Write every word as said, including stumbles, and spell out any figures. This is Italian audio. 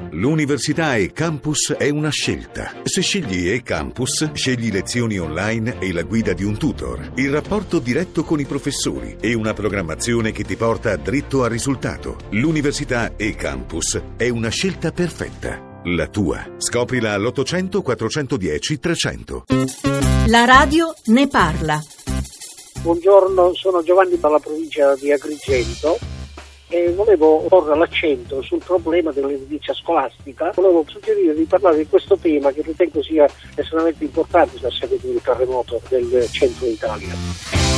L'università e-Campus è una scelta. Se scegli e-Campus, scegli lezioni online e la guida di un tutor, il rapporto diretto con i professori e una programmazione che ti porta dritto al risultato. L'università e-Campus è una scelta perfetta. La tua. Scoprila all'ottocento quattrocentodieci trecento. La radio ne parla. Buongiorno, sono Giovanni dalla provincia di Agrigento e volevo porre l'accento sul problema dell'edilizia scolastica. Volevo suggerire di parlare di questo tema che ritengo sia estremamente importante a seguito del terremoto del centro Italia.